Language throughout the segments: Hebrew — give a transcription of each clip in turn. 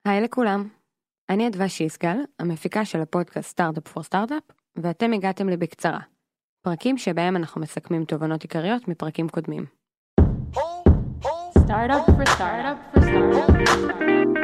היי לכולם, אני אדווה שיסגל, המפיקה של הפודקאסט סטארט-אפ פור סטארט-אפ, ואתם הגעתם לי בקצרה, פרקים שבהם אנחנו מסכמים תובנות עיקריות מפרקים קודמים. Startup for startup for startup.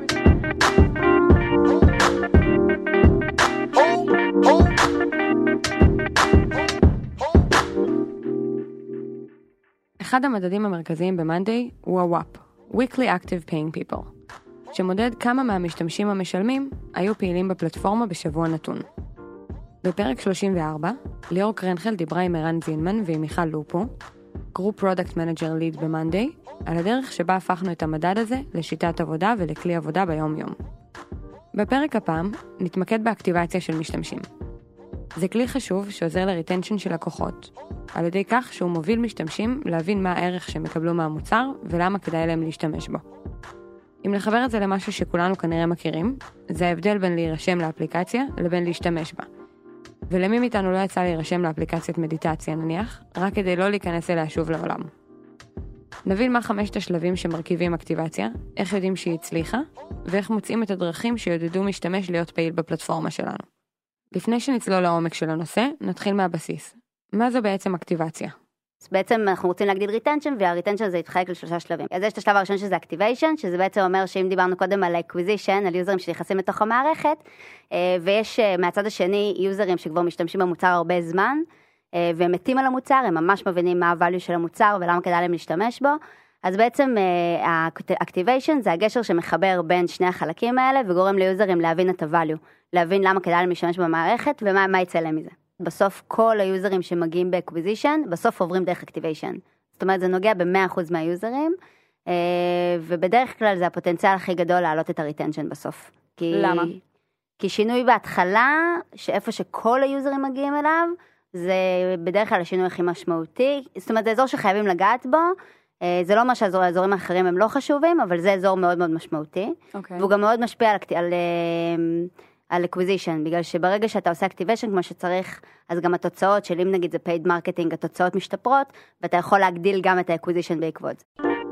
אחד המדדים המרכזיים במאנדיי הוא ה-WAP, Weekly Active Paying People, שמודד כמה מהמשתמשים המשלמים היו פעילים בפלטפורמה בשבוע נתון. בפרק 34, ליאור קרנחל דיברה עם ערן זינמן ועם מיכל לופו, גרופ פרודקט מנג'ר ליד במאנדיי, על הדרך שבה הפכנו את המדד הזה לשיטת עבודה ולכלי עבודה ביום-יום. בפרק הפעם נתמקד באקטיבציה של משתמשים. זה כלי חשוב שעוזר לריטנשן של לקוחות, על ידי כך שהוא מוביל משתמשים להבין מה הערך שהם יקבלו מהמוצר ולמה כדאי להם להשתמש בו. אם לחבר את זה למשהו שכולנו כנראה מכירים, זה ההבדל בין להירשם לאפליקציה לבין להשתמש בה. ולמי מאיתנו לא יצא להירשם לאפליקציית מדיטציה נניח, רק כדי לא להיכנס אליה שוב לעולם. נבין מה 5 השלבים שמרכיבים אקטיבציה, איך יודעים שהיא הצליחה, ואיך מוצאים את הדרכים שיודדו משתמש להיות פעיל בפלטפורמה שלנו. לפני שנצלול לעומק של הנושא, נתחיל מהבסיס. מה זו בעצם אקטיבציה? אז בעצם אנחנו רוצים להגדיל ריטנשן, והריטנשן זה יתחלק לשלושה שלבים. אז יש את השלב הראשון שזה אקטיביישן, שזה בעצם אומר שאם דיברנו קודם על אקוויזישן, על יוזרים שנכנסים לתוך המערכת, ויש מהצד השני יוזרים שכבר משתמשים במוצר הרבה זמן, והם מתים על המוצר, הם ממש מבינים מה הvalue של המוצר ולמה כדאי להם להשתמש בו. אז בעצם האקטיביישן זה הגשר שמחבר בין שני החלקים האלה, וגורם ליוזרים להבין את הvalue, להבין למה כדאי להם להשתמש במערכת ומה יצא להם מזה. בסוף כל היוזרים שמגיעים באקוויזישן, בסוף עוברים דרך אקטיביישן. זאת אומרת, זה נוגע ב100% מהיוזרים, ובדרך כלל זה הפוטנציאל הכי גדול להעלות את הריטנשן בסוף. למה? כי שינוי בהתחלה, שאיפה שכל היוזרים מגיעים אליו, זה בדרך כלל השינוי הכי משמעותי. זאת אומרת, זה אזור שחייבים לגעת בו, זה לא מה שהאזורים האחרים הם לא חשובים, אבל זה אזור מאוד מאוד משמעותי. והוא גם מאוד משפיע על אקוויזישן, בגלל שברגע שאתה עושה אקטיביישן כמו שצריך, אז גם התוצאות של אם נגיד זה paid marketing, התוצאות משתפרות, ואתה יכול להגדיל גם את האקוויזישן בעקבות.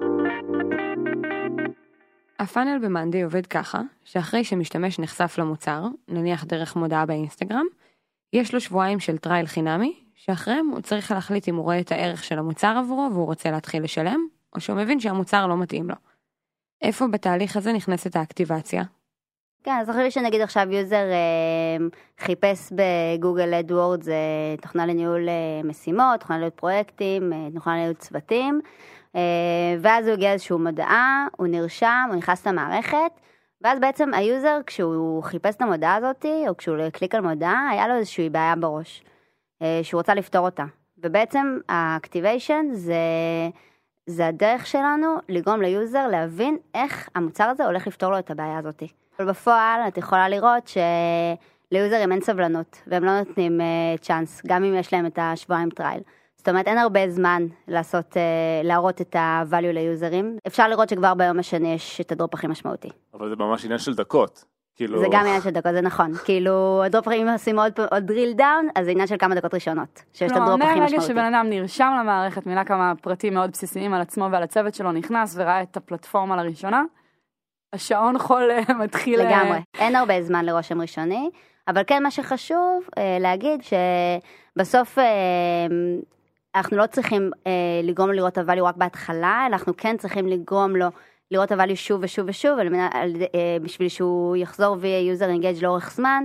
הפאנל במאנדיי עובד ככה, שאחרי שמשתמש נחשף למוצר, נניח דרך מודעה באינסטגרם, יש לו שבועיים של טרייל חינמי, שאחריהם הוא צריך להחליט אם הוא רואה את הערך של המוצר עבורו, והוא רוצה להתחיל לשלם, או שהוא מבין שהמוצר לא מתאים לו. איפה בתהליך הזה נכנסת האקטיבציה? כן, אז אחרי שנגיד עכשיו יוזר חיפש בגוגל אדוורדס, זה תוכנה לניהול משימות, תוכנה לניהול פרויקטים, תוכנה לניהול צוותים, ואז הוא הגיע איזשהו מודעה, הוא נרשם, הוא נכנס למערכת, ואז בעצם היוזר כשהוא חיפש את המודעה הזאת, או כשהוא קליק על מודעה, היה לו איזושהי בעיה בראש, שהוא רוצה לפתור אותה. ובעצם האקטיביישן זה הדרך שלנו לגרום ליוזר להבין איך המוצר הזה הולך לפתור לו את הבעיה הזאת. אבל בפועל את יכולה לראות שליוזרים אין סבלנות, והם לא נותנים צ'אנס, גם אם יש להם את השבועיים טרייל. זאת אומרת, אין הרבה זמן להראות את ה-value ליוזרים. אפשר לראות שכבר ביום השני יש את הדרופ הכי משמעותי. אבל זה ממש עניין של דקות. זה גם עניין של דקות, זה נכון. כאילו, הדרופ הכי, אם עושים עוד drill down, אז זה עניין של כמה דקות ראשונות, שיש את הדרופ הכי משמעותי. מהרגע שבן אדם נרשם למערכת, מילה כמה פרטים מאוד בסיסיים על עצמו ועל הצוות שלו, נכנס וראה את הפלטפורמה לראשונה, השעון חול מתחיל... לגמרי, אין הרבה זמן לרושם ראשוני, אבל כן מה שחשוב להגיד שבסוף אנחנו לא צריכים לגרום לו לראות הvalue רק בהתחלה, אנחנו כן צריכים לגרום לו לראות הvalue שוב ושוב ושוב, בשביל שהוא יחזור ויהיה user engage לאורך זמן,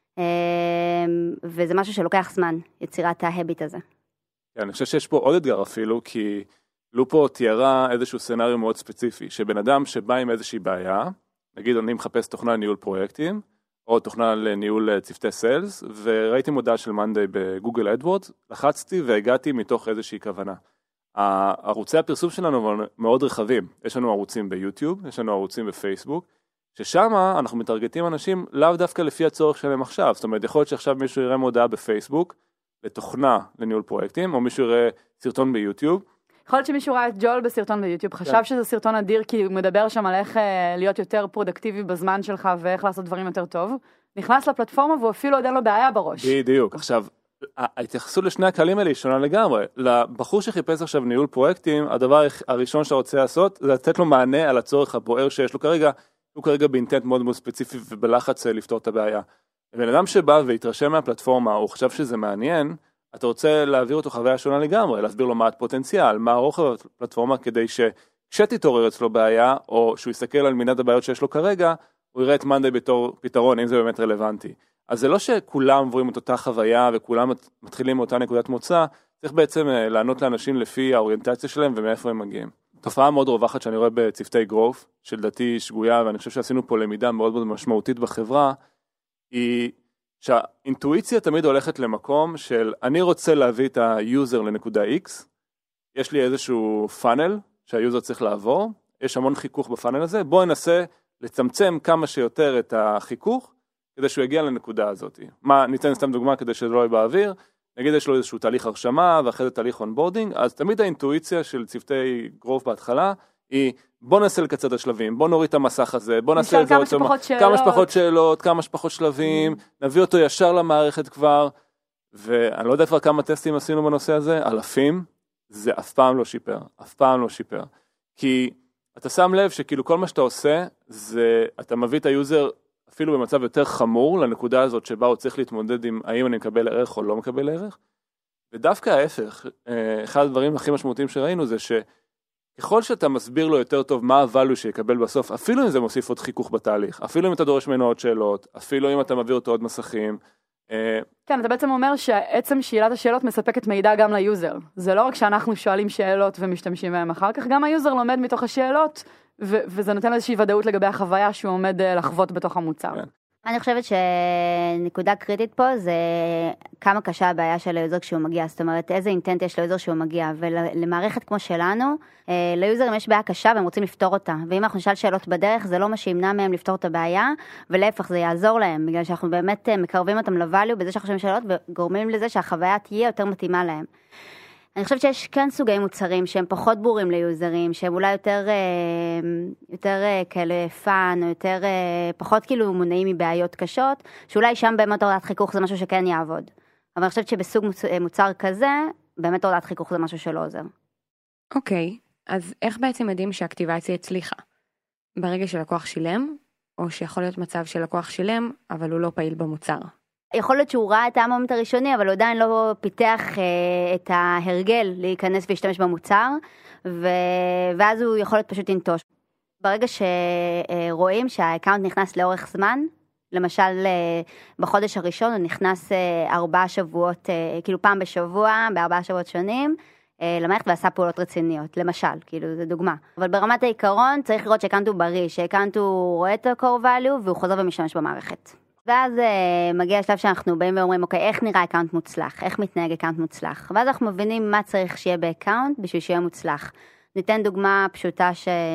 וזה משהו שלוקח זמן, יצירת ההביט הזה. אני חושב שיש פה עוד אתגר אפילו, כי לופו תיארה איזשהו סצנריו מאוד ספציפי, שבן אדם שבא עם איזושהי בעיה, נגיד אני מחפש תוכנה לניהול פרויקטים, או תוכנה לניהול צוותי סיילס, וראיתי מודעה של מאנדיי בגוגל אדוורדס, לחצתי והגעתי מתוך איזושהי כוונה. ערוצי הפרסום שלנו מאוד רחבים, יש לנו ערוצים ביוטיוב, יש לנו ערוצים בפייסבוק, ששם אנחנו מטרגטים אנשים לאו דווקא לפי הצורך שלהם עכשיו, זאת אומרת יכול להיות שעכשיו מישהו יראה מודעה בפייסבוק, לתוכנה לניהול פרויקטים, או מישהו יראה סרטון ביוטיוב, יכול להיות שמישהו ראה את ג'ול בסרטון ביוטיוב, חשב שזה סרטון אדיר, כי הוא מדבר שם על איך להיות יותר פרודקטיבי בזמן שלך, ואיך לעשות דברים יותר טוב. נכנס לפלטפורמה, והוא אפילו עוד אין לו בעיה בראש. בדיוק. עכשיו, ההתייחסות לשני הקהלים האלה היא שונה לגמרי. לבחור שחיפש עכשיו ניהול פרויקטים, הדבר הראשון שאתה רוצה לעשות, זה לתת לו מענה על הצורך הבוער שיש לו כרגע, הוא כרגע באינטנט מאוד מאוד ספציפי ובלחץ לפתור את הבעיה. בן אדם שבא והתרשם מהפלטפורמה, הוא חשב שזה מעניין, אתה רוצה להעביר אותו חוויה שונה לגמרי, להסביר לו מה הפוטנציאל, מה הרוחב הפלטפורמה, כדי שכשתתעורר אצלו בעיה, או שהוא יסתכל על מנעד הבעיות שיש לו כרגע, הוא יראה את מאנדיי בתור פתרון, אם זה באמת רלוונטי. אז זה לא שכולם עוברים את אותה חוויה, וכולם מתחילים מאותה נקודת מוצא, צריך בעצם לענות לאנשים לפי האוריינטציה שלהם ומאיפה הם מגיעים. תופעה מאוד רווחת שאני רואה בצוותי גרוף, שלדעתי שגויה, ואני חושב שעשינו פה למידה מאוד מאוד משמעותית בחברה, היא שהאינטואיציה תמיד הולכת למקום של אני רוצה להביא את היוזר לנקודה X, יש לי איזשהו פאנל שהיוזר צריך לעבור, יש המון חיכוך בפאנל הזה, בואו ננסה לצמצם כמה שיותר את החיכוך, כדי שהוא יגיע לנקודה הזאת. ניתן סתם דוגמה כדי שזה לא יהיה באוויר, נגיד יש לו איזשהו תהליך הרשמה, ואחרי זה תהליך אונבורדינג, אז תמיד האינטואיציה של צוותי גרוף בהתחלה, היא בוא ננסה לקצר את השלבים, בוא נוריד את המסך הזה, בוא נעשה את זה כמה שפחות שאלות, כמה שפחות שלבים, נביא אותו ישר למערכת כבר, ואני לא יודע כבר כמה טסטים עשינו בנושא הזה, אלפים, זה אף פעם לא שיפר, אף פעם לא שיפר. כי אתה שם לב שכאילו כל מה שאתה עושה, זה אתה מביא את היוזר אפילו במצב יותר חמור לנקודה הזאת שבה הוא צריך להתמודד עם האם אני מקבל ערך או לא מקבל ערך, ודווקא ההפך, אחד הדברים הכי משמעותיים שראינו זה שככל שאתה מסביר לו יותר טוב מה הvalue שיקבל בסוף, אפילו אם זה מוסיף עוד חיכוך בתהליך, אפילו אם אתה דורש ממנו עוד שאלות, אפילו אם אתה מביא אותו עוד מסכים. כן, אתה בעצם אומר שעצם שאלת השאלות מספקת מידע גם ליוזר. זה לא רק שאנחנו שואלים שאלות ומשתמשים בהם אחר כך, גם היוזר לומד מתוך השאלות, וזה נותן איזושהי ודאות לגבי החוויה שהוא עומד לחוות בתוך המוצר. כן. אני חושבת שנקודה קריטית פה זה כמה קשה הבעיה של היוזר כשהוא מגיע, זאת אומרת איזה אינטנט יש ליוזר שהוא מגיע, ולמערכת כמו שלנו, ליוזרים יש בעיה קשה והם רוצים לפתור אותה, ואם אנחנו נשאל שאלות בדרך זה לא מה שימנע מהם לפתור את הבעיה, ולהפך זה יעזור להם, בגלל שאנחנו באמת מקרבים אותם לvalue בזה שאנחנו שואלים שאלות וגורמים לזה שהחוויה תהיה יותר מתאימה להם. אני חושבת שיש כאן סוגי מוצרים שהם פחות ברורים ליוזרים, שהם אולי יותר כאלה פאן, או יותר פחות כאילו מונעים מבעיות קשות, שאולי שם באמת הורדת חיכוך זה משהו שכן יעבוד. אבל אני חושבת שבסוג מוצר כזה, באמת הורדת חיכוך זה משהו שלא עוזר. אוקיי, אז איך בעצם יודעים שהאקטיבציה הצליחה? ברגע שלקוח שילם, או שיכול להיות מצב שלקוח שילם, אבל הוא לא פעיל במוצר? יכול להיות שהוא ראה את המומנט הראשוני, אבל הוא עדיין לא פיתח את ההרגל להיכנס ולהשתמש במוצר, ואז הוא יכול להיות פשוט לנטוש. ברגע שרואים שהאקאונט נכנס לאורך זמן, למשל בחודש הראשון הוא נכנס 4 שבועות, כאילו פעם בשבוע, ב4 שבועות שונים, למערכת ועשה פעולות רציניות, למשל, כאילו זה דוגמה. אבל ברמת העיקרון צריך לראות שהאקאונט הוא בריא, שהאקאונט הוא רואה את ה-core value והוא חוזר ומשתמש במערכת. ואז מגיע השלב שאנחנו באים ואומרים, אוקיי, איך נראה אקאונט מוצלח? איך מתנהג אקאונט מוצלח? ואז אנחנו מבינים מה צריך שיהיה באקאונט בשביל שיהיה מוצלח. ניתן דוגמה פשוטה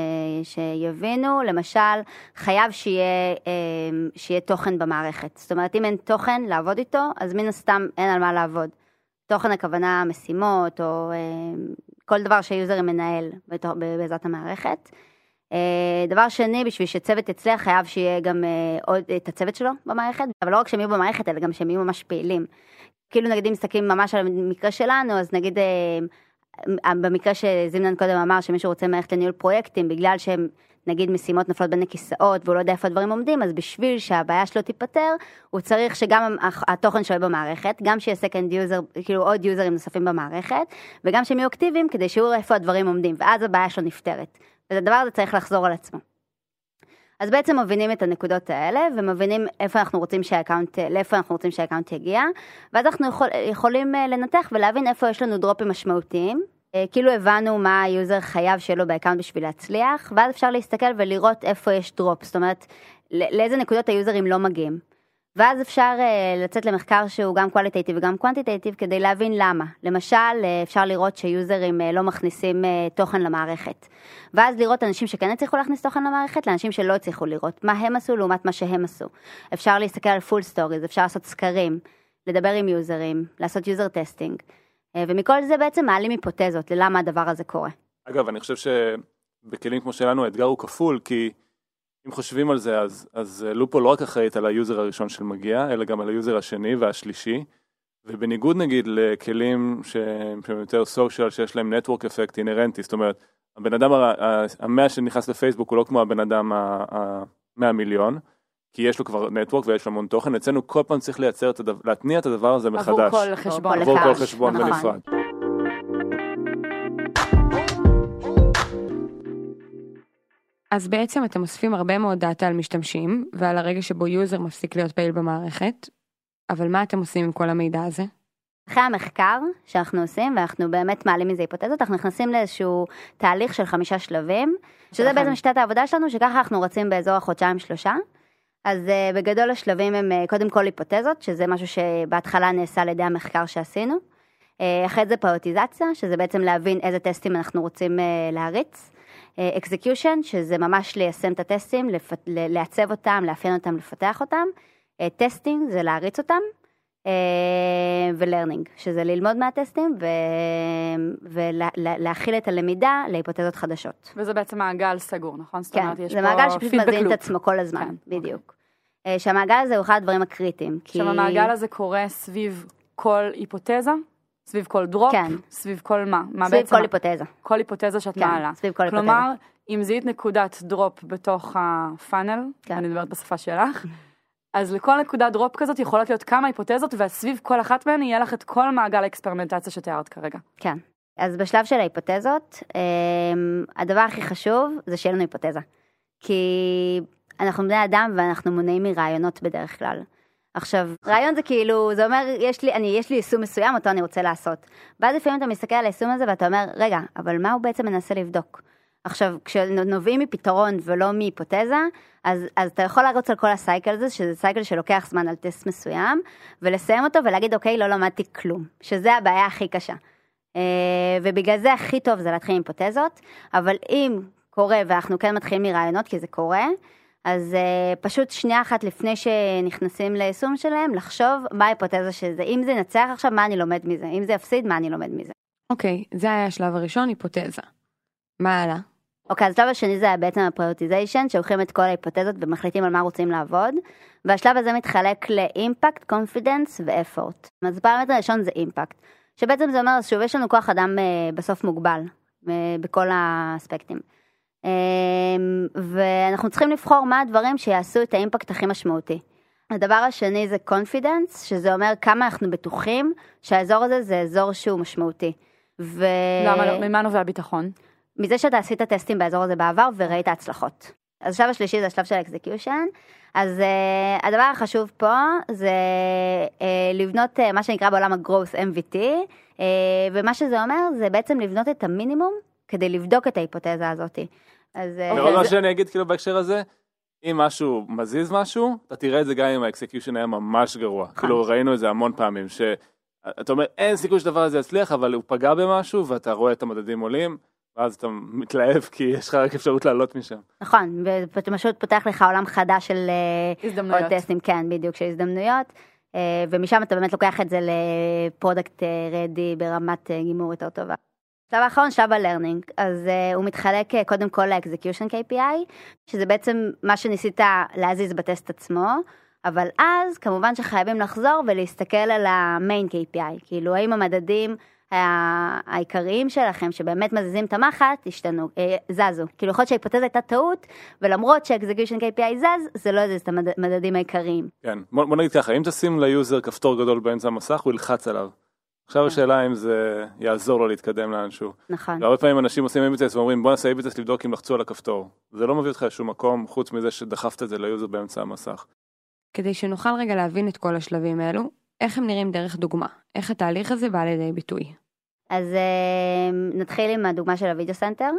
שיבינו, למשל, חייב שיהיה תוכן במערכת. זאת אומרת, אם אין תוכן לעבוד איתו, אז מן הסתם אין על מה לעבוד. תוכן הכוונה משימות, או כל דבר שהיוזר מנהל בעזרת המערכת. דבר שני, בשביל שצוות יצליח, חייב שיהיה גם עוד את הצוות שלו במערכת, אבל לא רק שהם יהיו במערכת, אלא גם שהם יהיו ממש פעילים. כאילו נגיד אם מסתכלים ממש על המקרה שלנו, אז נגיד במקרה שזימנן קודם אמר שמישהו רוצה מערכת לניהול פרויקטים, בגלל שהם נגיד משימות נפלות בין הכיסאות, והוא לא יודע איפה הדברים עומדים, אז בשביל שהבעיה שלו תיפטר, הוא צריך שגם התוכן שלו במערכת, גם שיהיה second user, כאילו עוד יוזרים נוספים במערכת, וגם שהם יהיו אקטיביים כדי שהוא יראה איפה הדברים עומדים, ואז הבעיה שלו נפטרת. והדבר הזה צריך לחזור על עצמו. אז בעצם מבינים את הנקודות האלה, ומבינים לאיפה אנחנו רוצים שהאקאונט יגיע, ואז אנחנו יכולים לנתח ולהבין איפה יש לנו דרופים משמעותיים, כאילו הבנו מה היוזר חייב שיהיה לו באקאונט בשביל להצליח, ואז אפשר להסתכל ולראות איפה יש דרופ, זאת אומרת, לאיזה נקודות היוזרים לא מגיעים. ואז אפשר לצאת למחקר שהוא גם קואליטייטיב וגם קוונטיטייטיב כדי להבין למה. למשל, אפשר לראות שיוזרים לא מכניסים תוכן למערכת. ואז לראות אנשים שכן הצליחו להכניס תוכן למערכת, לאנשים שלא הצליחו לראות מה הם עשו לעומת מה שהם עשו. אפשר להסתכל על פול סטוריז, אפשר לעשות סקרים, לדבר עם יוזרים, לעשות יוזר טסטינג. ומכל זה בעצם מעלים היפותזות ללמה הדבר הזה קורה. אגב, אני חושב שבכלים כמו שלנו האתגר הוא כפול, כי אם חושבים על זה, אז לופו לא רק אחראית על היוזר הראשון של מגיע, אלא גם על היוזר השני והשלישי, ובניגוד נגיד לכלים שהם יותר סושיאל, שיש להם נטוורק אפקט אינרנטי, זאת אומרת, הבן אדם המאה שנכנס לפייסבוק הוא לא כמו הבן אדם 100 מיליון, כי יש לו כבר נטוורק ויש לו המון תוכן, אצלנו כל פעם צריך להתניע את הדבר הזה מחדש. עבור כל חשבון. עבור כל חשבון נכון. בנפרד. אז בעצם אתם אוספים הרבה מאוד דאטה על משתמשים, ועל הרגע שבו יוזר מפסיק להיות פעיל במערכת, אבל מה אתם עושים עם כל המידע הזה? אחרי המחקר שאנחנו עושים, ואנחנו באמת מעלים מזה היפותזות, אנחנו נכנסים לאיזשהו תהליך של 5 שלבים, שזה בעצם שיטת העבודה שלנו, שככה אנחנו רצים באזור החודשיים-3. אז בגדול השלבים הם קודם כל היפותזות, שזה משהו שבהתחלה נעשה על ידי המחקר שעשינו. אחרי זה פריוטיזציה, שזה בעצם להבין איזה טסטים אנחנו רוצים להריץ. execution, שזה ממש ליישם את הטסטים, לעצב אותם, לאפיין אותם, לפתח אותם. טסטינג, זה להריץ אותם. ולרנינג, שזה ללמוד מהטסטים ולהכיל את הלמידה להיפותזות חדשות. וזה בעצם מעגל סגור, נכון? כן, זה מעגל שפשוט מזין את עצמו כל הזמן, בדיוק. שהמעגל הזה הוא אחד הדברים הקריטיים. עכשיו המעגל הזה קורה סביב כל היפותזה? סביב כל דרופ? סביב כל מה? סביב כל היפותזה. כל היפותזה שאת מעלה. סביב כל היפותזה. כלומר, אם זיהית נקודת דרופ בתוך הפאנל, אני מדברת בשפה שלך, אז לכל נקודת דרופ כזאת יכולות להיות כמה היפותזות, וסביב כל אחת מהן יהיה לך את כל מעגל האקספרימנטציה שתיארת כרגע. כן. אז בשלב של ההיפותזות, הדבר הכי חשוב זה שיהיה לנו היפותזה. כי אנחנו בני אדם ואנחנו מונעים מרעיונות בדרך כלל. עכשיו, רעיון זה כאילו, זה אומר, יש לי יישום מסוים, אותו אני רוצה לעשות. ואז לפעמים אתה מסתכל על היישום הזה ואתה אומר, רגע, אבל מה הוא בעצם מנסה לבדוק? עכשיו, כשנובעים מפתרון ולא מהיפותזה, אז אתה יכול להרוץ על כל הסייקל הזה, שזה סייקל שלוקח זמן על טסט מסוים, ולסיים אותו ולהגיד, אוקיי, לא למדתי כלום, שזה הבעיה הכי קשה. ובגלל זה הכי טוב זה להתחיל עם היפותזות, אבל אם קורה, ואנחנו כן מתחילים מרעיונות, כי זה קורה, אז פשוט שנייה אחת לפני שנכנסים ליישום שלהם, לחשוב מה ההיפותזה שזה. אם זה נצח עכשיו, מה אני לומד מזה? אם זה יפסיד, מה אני לומד מזה? אוקיי, זה היה השלב הראשון, היפותזה. מה הלאה? אוקיי, אז השלב השני זה היה בעצם הפריוטיזיישן, שהולכים את כל ההיפותזות ומחליטים על מה רוצים לעבוד, והשלב הזה מתחלק לאימפקט, קונפידנס ואפורט. אז הפרמטר הראשון זה אימפקט, שבעצם זה אומר, שוב, יש לנו כוח אדם בסוף מוגבל, בכל האספקטים. ואנחנו צריכים לבחור מה הדברים שיעשו את האימפקט הכי משמעותי. הדבר השני זה קונפידנס, שזה אומר כמה אנחנו בטוחים שהאזור הזה זה אזור שהוא משמעותי. למה לא? ממה נובע ביטחון? מזה שאתה עשית טסטים באזור הזה בעבר וראית הצלחות. אז השלב השלישי זה השלב של האקזקיושן. אז הדבר החשוב פה זה לבנות מה שנקרא בעולם הגרוס MVT, ומה שזה אומר זה בעצם לבנות את המינימום כדי לבדוק את ההיפותזה הזאת. ועוד מה שאני אגיד כאילו בהקשר הזה, אם משהו מזיז משהו, אתה תראה את זה גם אם האקזקיושן היה ממש גרוע. כאילו ראינו את זה המון פעמים, שאתה אומר אין סיכוי שדבר הזה יצליח, אבל הוא פגע במשהו ואתה רואה את המדדים עולים, ואז אתה מתלהב כי יש לך רק אפשרות לעלות משם. נכון, ואתה פשוט פותח לך עולם חדש של הזדמנויות. עוד טסטים, כן, בדיוק, של הזדמנויות, ומשם אתה באמת לוקח את זה לפרודקט רדי ברמת גימור יותר טובה. שלב האחרון, שלב הלרנינג, אז הוא מתחלק קודם כל לאקזקיושן KPI, שזה בעצם מה שניסית להזיז בטסט עצמו, אבל אז כמובן שחייבים לחזור ולהסתכל על המיין KPI, כאילו האם המדדים העיקריים שלכם שבאמת מזיזים את המחט, השתנו, זזו. כאילו יכול להיות שההיפותזה הייתה טעות, ולמרות שהאקזקיושן KPI זז, זה לא יזיז את המדדים העיקריים. כן, בוא נגיד ככה, אם תשים ליוזר כפתור גדול באמצע המסך, הוא ילחץ עליו. עכשיו השאלה אם זה יעזור לו להתקדם לאנשהו. נכון. והרבה פעמים אנשים עושים איביטס ואומרים בוא נעשה איביטס לבדוק אם לחצו על הכפתור. זה לא מביא אותך לשום מקום חוץ מזה שדחפת את זה ליוזר באמצע המסך. כדי שנוכל רגע להבין את כל השלבים האלו, איך הם נראים דרך דוגמה? איך התהליך הזה בא לידי ביטוי? אז נתחיל עם הדוגמה של הוידאו סנטר.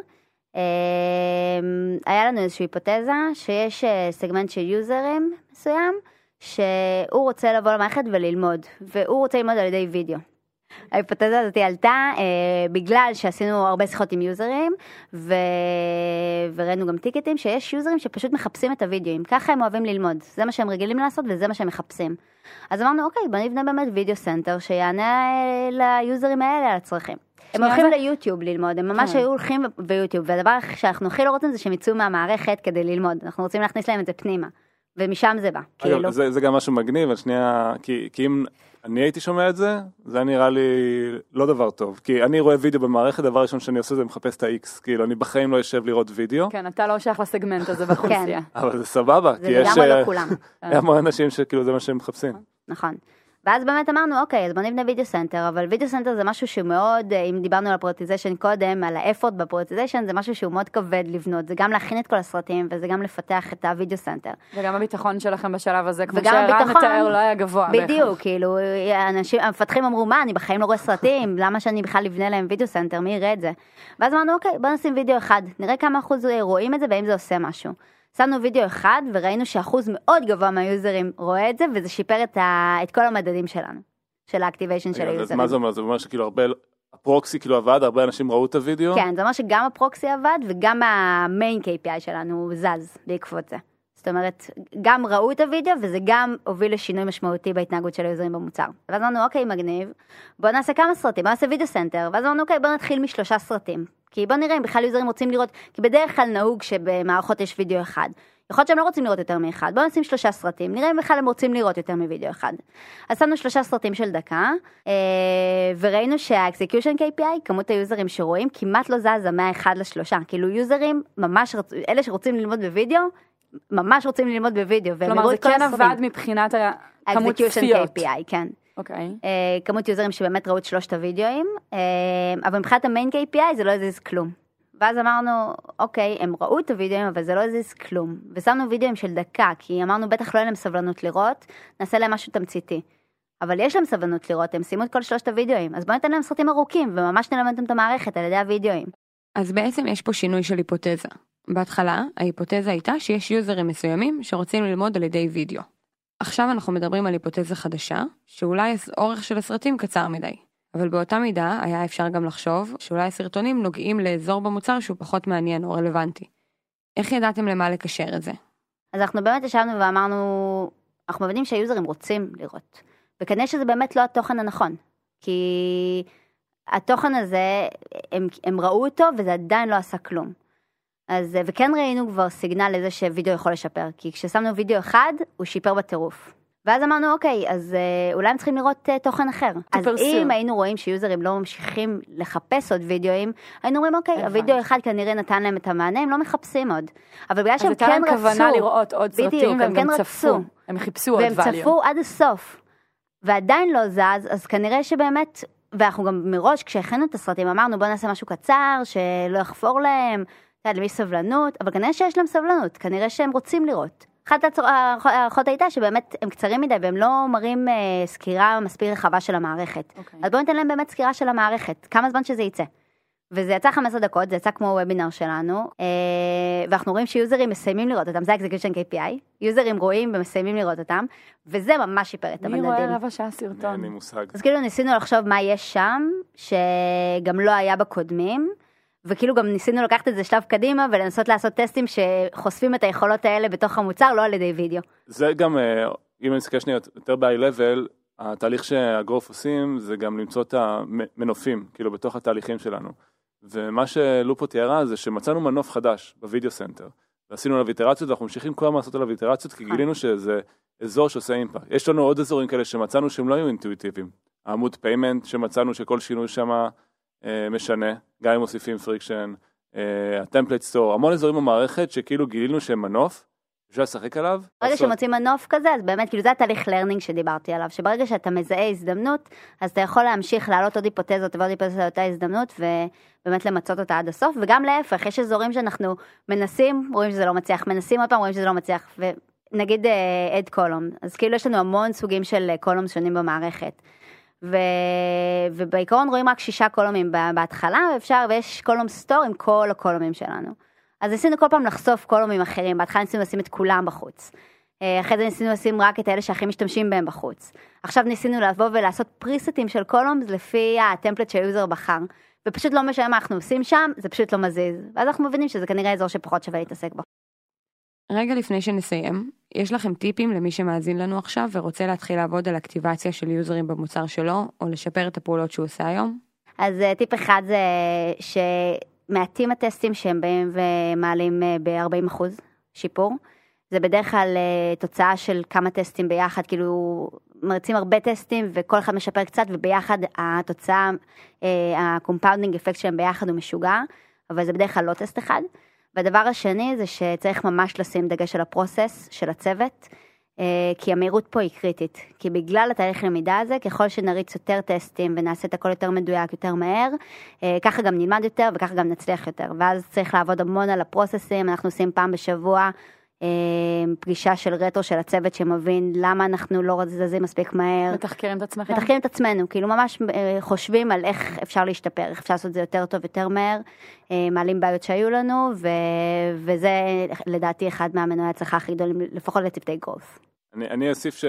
היה לנו איזושהי היפותזה שיש סגמנט של יוזרים מסוים, שהוא רוצה לבוא למערכת וללמוד, והוא רוצה ללמוד על ידי וידאו. ההיפותזה הזאת עלתה בגלל שעשינו הרבה שיחות עם יוזרים, וראינו גם טיקטים שיש יוזרים שפשוט מחפשים את הוידאוים, ככה הם אוהבים ללמוד, זה מה שהם רגילים לעשות וזה מה שהם מחפשים. אז אמרנו אוקיי, בוא נבנה באמת וידאו סנטר שיענה ליוזרים האלה על הצרכים. הם הולכים ליוטיוב ללמוד, הם ממש היו הולכים ביוטיוב, והדבר שאנחנו הכי לא רוצים זה שהם יצאו מהמערכת כדי ללמוד, אנחנו רוצים להכניס להם את זה פנימה. ומשם זה בא. אגב, כאילו. זה גם משהו מגניב, השנייה, כי אם אני הייתי שומע את זה, זה נראה לי לא דבר טוב. כי אני רואה וידאו במערכת, דבר ראשון שאני עושה זה מחפש את ה-X, כאילו אני בחיים לא יושב לראות וידאו. כן, אתה לא שייך לסגמנט הזה באוכלוסייה. אבל זה סבבה, כי יש לגמרי לא כולם. המון אנשים שכאילו זה מה שהם מחפשים. נכון. ואז באמת אמרנו, אוקיי, אז בוא נבנה וידאו סנטר, אבל וידאו סנטר זה משהו שהוא מאוד, אם דיברנו על הפרוטיזיישן קודם, על האפורט בפרוטיזיישן, זה משהו שהוא מאוד כבד לבנות, זה גם להכין את כל הסרטים, וזה גם לפתח את הווידאו סנטר. וגם הביטחון שלכם בשלב הזה, כמו וגם שהרן הביטחון, מתאר, לא היה גבוה. בדיוק, כאילו, המפתחים אמרו, מה, אני בחיים לא רואה סרטים, למה שאני בכלל לבנה להם וידאו סנטר, מי יראה את זה? ואז אמרנו, אוקיי, בוא נשים וידאו אחד, נראה כמה אחוז רואים את זה, והאם זה עושה משהו. שמנו וידאו אחד, וראינו שאחוז מאוד גבוה מהיוזרים רואה את זה, וזה שיפר את כל המדדים שלנו. של האקטיביישן של היוזרים. מה זה אומר? זה אומר שכאילו הרבה, הפרוקסי כאילו עבד, הרבה אנשים ראו את הוידאו? כן, זה אומר שגם הפרוקסי עבד, וגם המיין KPI שלנו זז בעקבות זה. זאת אומרת, גם ראו את הוידאו, וזה גם הוביל לשינוי משמעותי בהתנהגות של היוזרים במוצר. ואז אמרנו, אוקיי, מגניב, בוא נעשה כמה סרטים, בוא נעשה וידאו סנטר, ואז אמרנו, אוקיי, בוא נתחיל מ3 סרטים. כי בוא נראה אם בכלל יוזרים רוצים לראות, כי בדרך כלל נהוג שבמערכות יש וידאו אחד. יכול להיות שהם לא רוצים לראות יותר מאחד, בואו נשים 3 סרטים, נראה אם בכלל הם רוצים לראות יותר מוידאו אחד. אז שמנו 3 סרטים של דקה, וראינו שה-execution KPI, כמות היוזרים שרואים, כמעט לא זזה מה-1 ל3, כאילו יוזרים ממש, אלה שרוצים ללמוד בוידאו, ממש רוצים ללמוד בוידאו, כלומר זה כן עבד מבחינת כמות צפיות. KPI, כן. אוקיי. כמות יוזרים שבאמת ראו את 3 הוידאוים, אבל מבחינת המיין KPI זה לא הזיז כלום. ואז אמרנו, אוקיי, הם ראו את הוידאוים, אבל זה לא הזיז כלום. ושמנו וידאוים של דקה, כי אמרנו, בטח לא אין להם סבלנות לראות, נעשה להם משהו תמציתי. אבל יש להם סבלנות לראות, הם שימו את כל 3 הוידאוים, אז בואו ניתן להם סרטים ארוכים, וממש נלמד אותם את המערכת על ידי הוידאוים. אז בעצם יש פה שינוי של היפותזה. בהתחלה, ההיפותזה הייתה שיש יוזרים מסוימים שרוצים ללמוד על ידי וידאו. עכשיו אנחנו מדברים על היפותזה חדשה, שאולי אורך של הסרטים קצר מדי. אבל באותה מידה היה אפשר גם לחשוב שאולי הסרטונים נוגעים לאזור במוצר שהוא פחות מעניין או רלוונטי. איך ידעתם למה לקשר את זה? אז אנחנו באמת ישבנו ואמרנו, אנחנו מבינים שהיוזרים רוצים לראות. וכנראה שזה באמת לא התוכן הנכון. כי התוכן הזה, הם ראו אותו וזה עדיין לא עשה כלום. אז, וכן ראינו כבר סיגנל לזה שווידאו יכול לשפר. כי כששמנו וידאו אחד, הוא שיפר בטירוף. ואז אמרנו, אוקיי, אז אולי הם צריכים לראות תוכן אחר. אז אם היינו רואים שיוזרים לא ממשיכים לחפש עוד וידאוים, היינו אומרים, אוקיי, הוידאו אחד כנראה נתן להם את המענה, הם לא מחפשים עוד. אבל בגלל שהם כן רצו, כוונה לראות עוד סרטים, והם גם צפו. הם חיפשו עוד והם צפו עד הסוף. ועדיין לא זז, אז כנראה שבאמת, ואנחנו גם מראש, כשהכנו את הסרטים, אמרנו, בוא נעשה משהו קצר, שלא יחפור להם, למי סבלנות, אבל כנראה שיש להם סבלנות, כנראה שהם רוצים לראות. אחת ההערכות הייתה שבאמת הם קצרים מדי, והם לא מראים סקירה מספיק רחבה של המערכת. אז בואו ניתן להם באמת סקירה של המערכת, כמה זמן שזה יצא. וזה יצא 15 דקות, זה יצא כמו וובינר שלנו, ואנחנו רואים שיוזרים מסיימים לראות אותם, זה execution KPI, יוזרים רואים ומסיימים לראות אותם, וזה ממש שיפר את המדדים. מי רואה רבע שעה סרטון? אין לי מושג. אז כאילו ניסינו לחשוב מה יש שם, שגם לא היה בקודמים, וכאילו גם ניסינו לקחת את זה שלב קדימה, ולנסות לעשות טסטים שחושפים את היכולות האלה בתוך המוצר, לא על ידי וידאו. זה גם, אם אני מסתכל שנייה יותר ב-high-level, התהליך שהגרוף עושים, זה גם למצוא את המנופים, כאילו בתוך התהליכים שלנו. ומה שלופו תיארה זה שמצאנו מנוף חדש בווידאו סנטר, ועשינו עליו איטרציות, ואנחנו ממשיכים כל הזמן לעשות עליו איטרציות, כי גילינו שזה אזור שעושה אימפקט. יש לנו עוד אזורים כאלה שמצאנו שהם לא היו אינטואיטיביים. העמוד פיימנט שמצאנו שכל שינוי שם משנה, גם אם מוסיפים פריקשן, הטמפלייט סטור, המון אזורים במערכת שכאילו גילינו שהם מנוף, אפשר לשחק עליו. ברגע שמוצאים מנוף כזה, אז באמת, כאילו זה התהליך לרנינג שדיברתי עליו, שברגע שאתה מזהה הזדמנות, אז אתה יכול להמשיך לעלות עוד היפותזות ועוד היפותזות על אותה הזדמנות, ובאמת למצות אותה עד הסוף, וגם להפך, יש אזורים שאנחנו מנסים, רואים שזה לא מצליח, מנסים עוד פעם, רואים שזה לא מצליח, ונגיד אד קולום, אז כאילו יש לנו המון סוגים של קולום שונים במערכת, ובעיקרון רואים רק 6 קולומים בהתחלה, ויש קולום סטור עם כל הקולומים שלנו. אז ניסינו כל פעם לחשוף קולומים אחרים, בהתחלה ניסינו לשים את כולם בחוץ. אחרי זה ניסינו לשים רק את אלה שהכי משתמשים בהם בחוץ. עכשיו ניסינו לבוא ולעשות פריסטים של קולומס לפי הטמפלט שהיוזר בחר. ופשוט לא משנה מה אנחנו עושים שם, זה פשוט לא מזיז. ואז אנחנו מבינים שזה כנראה אזור שפחות שווה להתעסק בו. רגע לפני שנסיים, יש לכם טיפים למי שמאזין לנו עכשיו ורוצה להתחיל לעבוד על אקטיבציה של יוזרים במוצר שלו, או לשפר את הפעולות שהוא עושה היום? אז טיפ אחד זה מעטים הטסטים שהם באים ומעלים ב-40% שיפור, זה בדרך כלל תוצאה של כמה טסטים ביחד, כאילו מרצים הרבה טסטים וכל אחד משפר קצת, וביחד התוצאה, הקומפאונדינג אפקט שלהם ביחד הוא משוגע, אבל זה בדרך כלל לא טסט אחד. והדבר השני זה שצריך ממש לשים דגש על הפרוסס של הצוות, כי המהירות פה היא קריטית, כי בגלל התהליך למידה הזה, ככל שנריץ יותר טסטים ונעשה את הכל יותר מדויק, יותר מהר, ככה גם נלמד יותר וככה גם נצליח יותר, ואז צריך לעבוד המון על הפרוססים, אנחנו עושים פעם בשבוע פגישה של רטרו של הצוות שמבין למה אנחנו לא זזים מספיק מהר. מתחקרים את עצמכם? מתחקרים את עצמנו, כאילו ממש חושבים על איך אפשר להשתפר, איך אפשר לעשות את זה יותר טוב, יותר מהר, מעלים בעיות שהיו לנו, וזה לדעתי אחד מהמנועי ההצלחה הכי גדולים, לפחות לצוותי growth. אני אוסיף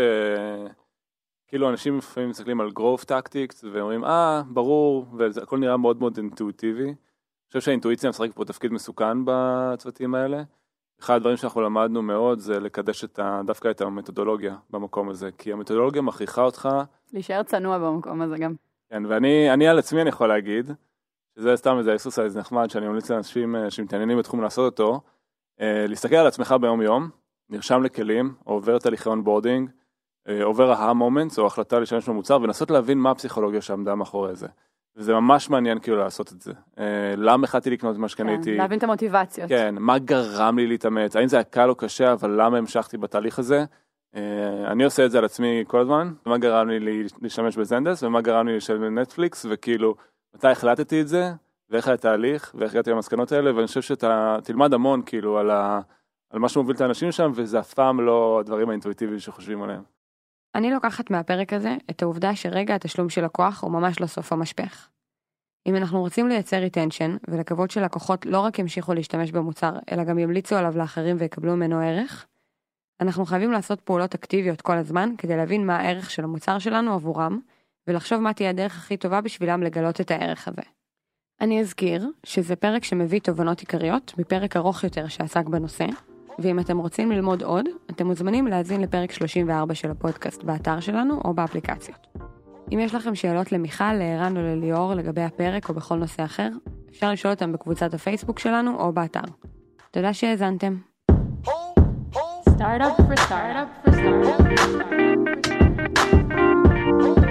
כאילו אנשים לפעמים מסתכלים על growth tactics, ואומרים, ברור, והכל נראה מאוד מאוד אינטואיטיבי. אני חושב שהאינטואיציה משחקת פה תפקיד מסוכן בצוותים האלה. אחד הדברים שאנחנו למדנו מאוד זה לקדש דווקא את המתודולוגיה במקום הזה, כי המתודולוגיה מכריחה אותך להישאר צנוע במקום הזה גם. כן, ואני על עצמי אני יכול להגיד, שזה סתם איזה אקסרסייז נחמד שאני ממליץ לאנשים שמתעניינים בתחום לעשות אותו, להסתכל על עצמך ביום יום, נרשם לכלים, עובר תהליכי אונבורדינג, עובר ה-moments או החלטה להשתמש במוצר, ולנסות להבין מה הפסיכולוגיה שעמדה מאחורי זה. וזה ממש מעניין כאילו לעשות את זה. למה החלטתי לקנות מה שקניתי? להבין את המוטיבציות. כן, מה גרם לי להתאמץ? האם זה היה קל או קשה, אבל למה המשכתי בתהליך הזה? אני עושה את זה על עצמי כל הזמן, ומה גרם לי להשתמש בזנדס, ומה גרם לי לשלם בנטפליקס, וכאילו, מתי החלטתי את זה, ואיך היה תהליך, ואיך הגעתי למסקנות האלה, ואני חושב שאתה תלמד המון כאילו על מה שמוביל את האנשים שם, וזה אף פעם לא הדברים האינטואיטיביים שחושבים עליהם. אני לוקחת מהפרק הזה את העובדה שרגע התשלום של לקוח הוא ממש לא סוף המשפך. אם אנחנו רוצים לייצר ריטנשן ולקוות שלקוחות לא רק ימשיכו להשתמש במוצר, אלא גם ימליצו עליו לאחרים ויקבלו ממנו ערך, אנחנו חייבים לעשות פעולות אקטיביות כל הזמן כדי להבין מה הערך של המוצר שלנו עבורם, ולחשוב מה תהיה הדרך הכי טובה בשבילם לגלות את הערך הזה. אני אזכיר שזה פרק שמביא תובנות עיקריות מפרק ארוך יותר שעסק בנושא, ואם אתם רוצים ללמוד עוד, אתם מוזמנים להאזין לפרק 34 של הפודקאסט באתר שלנו או באפליקציות. אם יש לכם שאלות למיכל, לערן או לליאור לגבי הפרק או בכל נושא אחר, אפשר לשאול אותם בקבוצת הפייסבוק שלנו או באתר. תודה שהאזנתם. Startup for startup for startup.